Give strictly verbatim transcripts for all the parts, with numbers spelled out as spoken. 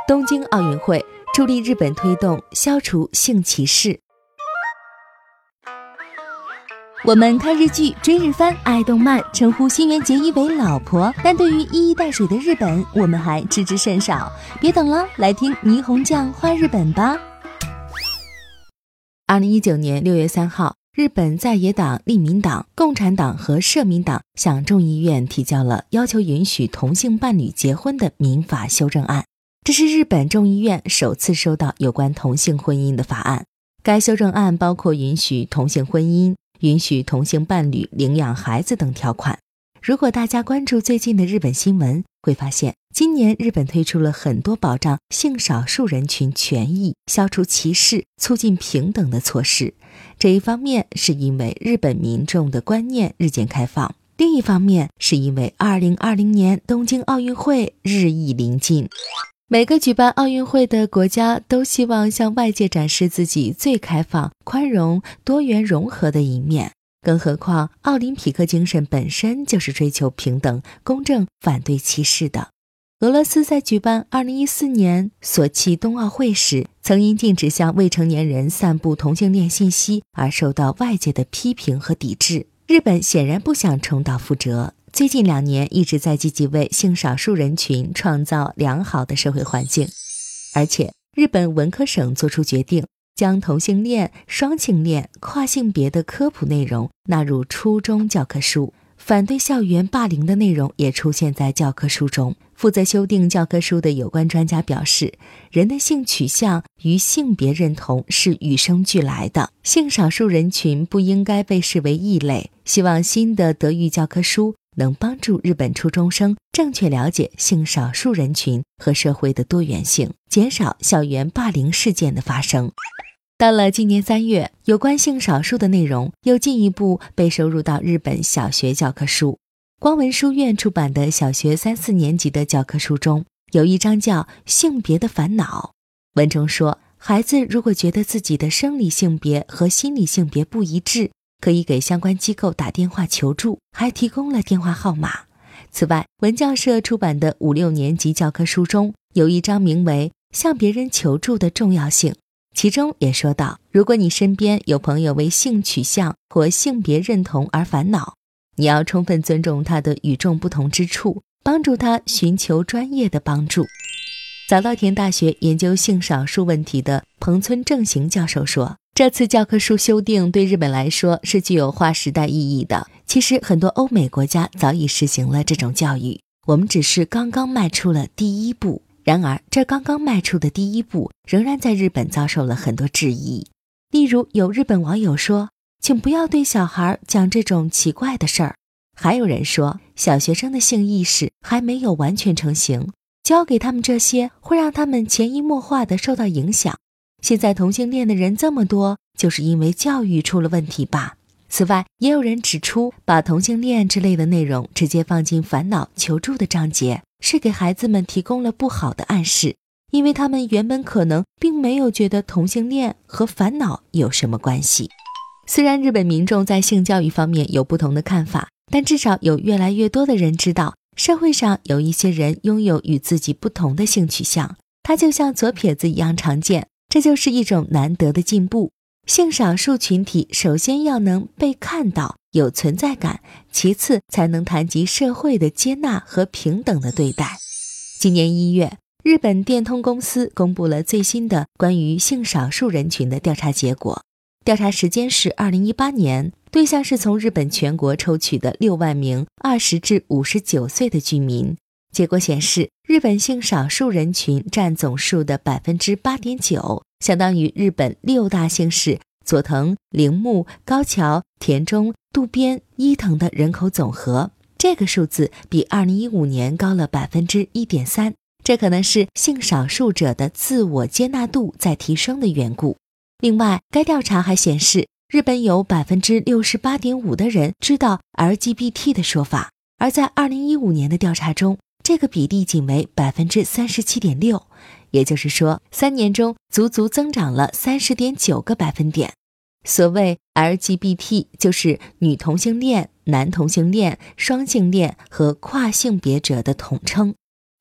东京奥运会助力日本推动消除性歧视。我们看日剧、追日番、爱动漫，称呼新垣结衣为老婆，但对于一衣带水的日本，我们还知之甚少。别等了，来听霓虹酱画日本吧。二零一九年六月三号，日本在野党立民党、共产党和社民党向众议院提交了要求允许同性伴侣结婚的民法修正案。这是日本众议院首次收到有关同性婚姻的法案。该修正案包括允许同性婚姻、允许同性伴侣领养孩子等条款。如果大家关注最近的日本新闻，会发现今年日本推出了很多保障性少数人群权益、消除歧视、促进平等的措施。这一方面是因为日本民众的观念日渐开放，另一方面是因为二零二零年东京奥运会日益临近。每个举办奥运会的国家都希望向外界展示自己最开放、宽容、多元融合的一面，更何况奥林匹克精神本身就是追求平等、公正、反对歧视的。俄罗斯在举办二零一四年索契冬奥会时，曾因禁止向未成年人散布同性恋信息而受到外界的批评和抵制。日本显然不想重蹈覆辙，最近两年一直在积极为性少数人群创造良好的社会环境。而且日本文科省做出决定，将同性恋、双性恋、跨性别的科普内容纳入初中教科书，反对校园霸凌的内容也出现在教科书中。负责修订教科书的有关专家表示，人的性取向与性别认同是与生俱来的，性少数人群不应该被视为异类。希望新的德育教科书能帮助日本初中生正确了解性少数人群和社会的多元性，减少校园霸凌事件的发生。到了今年三月，有关性少数的内容又进一步被收入到日本小学教科书。光文书院出版的小学三四年级的教科书中，有一章叫《性别的烦恼》。文中说，孩子如果觉得自己的生理性别和心理性别不一致，可以给相关机构打电话求助，还提供了电话号码。此外，文教社出版的五六年级教科书中有一章名为《向别人求助的重要性》，其中也说到，如果你身边有朋友为性取向或性别认同而烦恼，你要充分尊重他的与众不同之处，帮助他寻求专业的帮助。早稻田大学研究性少数问题的彭村正行教授说，这次教科书修订对日本来说是具有划时代意义的。其实很多欧美国家早已实行了这种教育，我们只是刚刚迈出了第一步。然而这刚刚迈出的第一步仍然在日本遭受了很多质疑。例如有日本网友说，请不要对小孩讲这种奇怪的事儿。还有人说，小学生的性意识还没有完全成型，教给他们这些会让他们潜移默化地受到影响。现在同性恋的人这么多，就是因为教育出了问题吧。此外，也有人指出，把同性恋之类的内容直接放进烦恼求助的章节，是给孩子们提供了不好的暗示，因为他们原本可能并没有觉得同性恋和烦恼有什么关系。虽然日本民众在性教育方面有不同的看法，但至少有越来越多的人知道，社会上有一些人拥有与自己不同的性取向，它就像左撇子一样常见，这就是一种难得的进步。性少数群体首先要能被看到，有存在感，其次才能谈及社会的接纳和平等的对待。今年一月，日本电通公司公布了最新的关于性少数人群的调查结果。调查时间是二零一八年，对象是从日本全国抽取的六万名二十至五十九岁的居民。结果显示，日本性少数人群占总数的 百分之八点九， 相当于日本六大姓氏佐藤、铃木、高桥、田中、渡边、伊藤的人口总和。这个数字比二零一五年高了 百分之一点三， 这可能是性少数者的自我接纳度在提升的缘故。另外，该调查还显示，日本有 百分之六十八点五 的人知道 L G B T 的说法，而在二零一五年的调查中，这个比例仅为 百分之三十七点六， 也就是说，三年中足足增长了 三十点九个百分点。所谓 L G B T 就是女同性恋、男同性恋、双性恋和跨性别者的统称。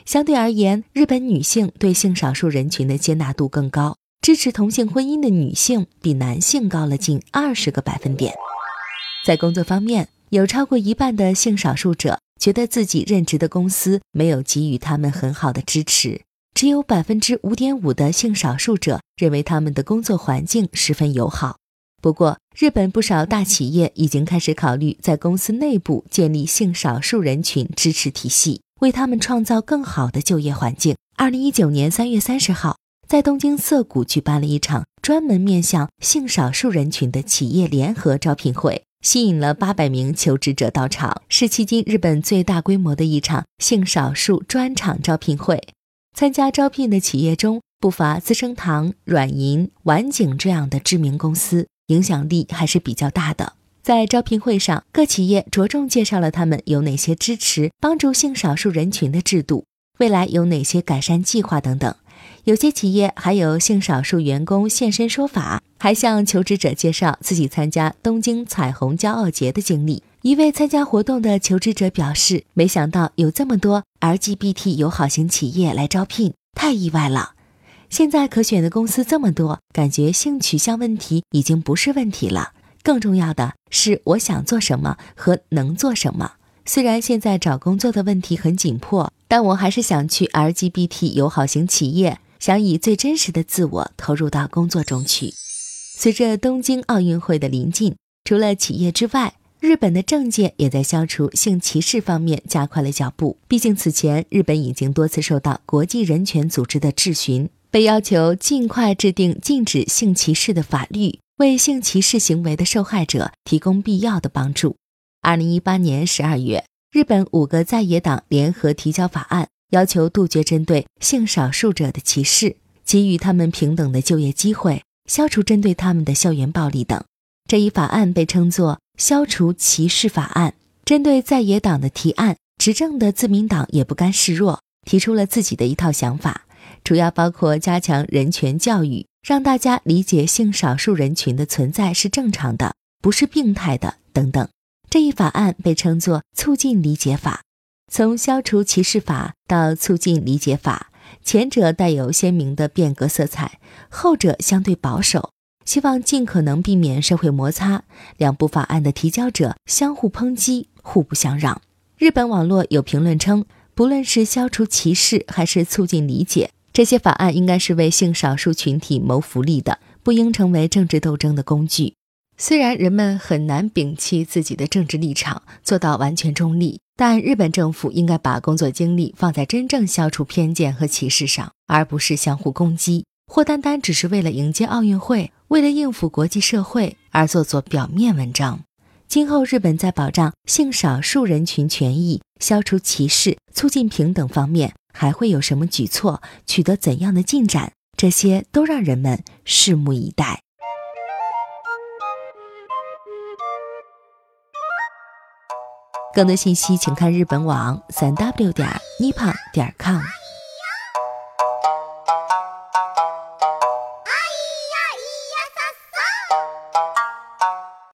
相对而言，日本女性对性少数人群的接纳度更高，支持同性婚姻的女性比男性高了近二十个百分点。在工作方面，有超过一半的性少数者觉得自己任职的公司没有给予他们很好的支持，只有 百分之五点五 的性少数者认为他们的工作环境十分友好。不过，日本不少大企业已经开始考虑在公司内部建立性少数人群支持体系，为他们创造更好的就业环境。二零一九年三月三十号，在东京涩谷举办了一场专门面向性少数人群的企业联合招聘会，吸引了八百名求职者到场，是迄今日本最大规模的一场性少数专场招聘会。参加招聘的企业中不乏资生堂、软银、晚景这样的知名公司，影响力还是比较大的。在招聘会上，各企业着重介绍了他们有哪些支持帮助性少数人群的制度，未来有哪些改善计划等等。有些企业还有性少数员工现身说法，还向求职者介绍自己参加东京彩虹骄傲节的经历。一位参加活动的求职者表示，没想到有这么多 L G B T 友好型企业来招聘，太意外了。现在可选的公司这么多，感觉性取向问题已经不是问题了，更重要的是我想做什么和能做什么。虽然现在找工作的问题很紧迫，但我还是想去 L G B T 友好型企业，想以最真实的自我投入到工作中去。随着东京奥运会的临近，除了企业之外，日本的政界也在消除性歧视方面加快了脚步。毕竟此前日本已经多次受到国际人权组织的质询，被要求尽快制定禁止性歧视的法律，为性歧视行为的受害者提供必要的帮助。二零一八年十二月，日本五个在野党联合提交法案，要求杜绝针对性少数者的歧视，给予他们平等的就业机会，消除针对他们的校园暴力等。这一法案被称作消除歧视法案。针对在野党的提案，执政的自民党也不甘示弱，提出了自己的一套想法，主要包括加强人权教育，让大家理解性少数人群的存在是正常的，不是病态的等等。这一法案被称作促进理解法。从消除歧视法到促进理解法，前者带有鲜明的变革色彩，后者相对保守，希望尽可能避免社会摩擦。两部法案的提交者相互抨击，互不相让。日本网络有评论称，不论是消除歧视还是促进理解，这些法案应该是为性少数群体谋福利的，不应成为政治斗争的工具。虽然人们很难摒弃自己的政治立场，做到完全中立，但日本政府应该把工作精力放在真正消除偏见和歧视上，而不是相互攻击，或单单只是为了迎接奥运会，为了应付国际社会而做做表面文章。今后日本在保障性少数人群权益、消除歧视、促进平等方面还会有什么举措，取得怎样的进展，这些都让人们拭目以待。更多信息请看日本网 三 w 点 nippon 点 com。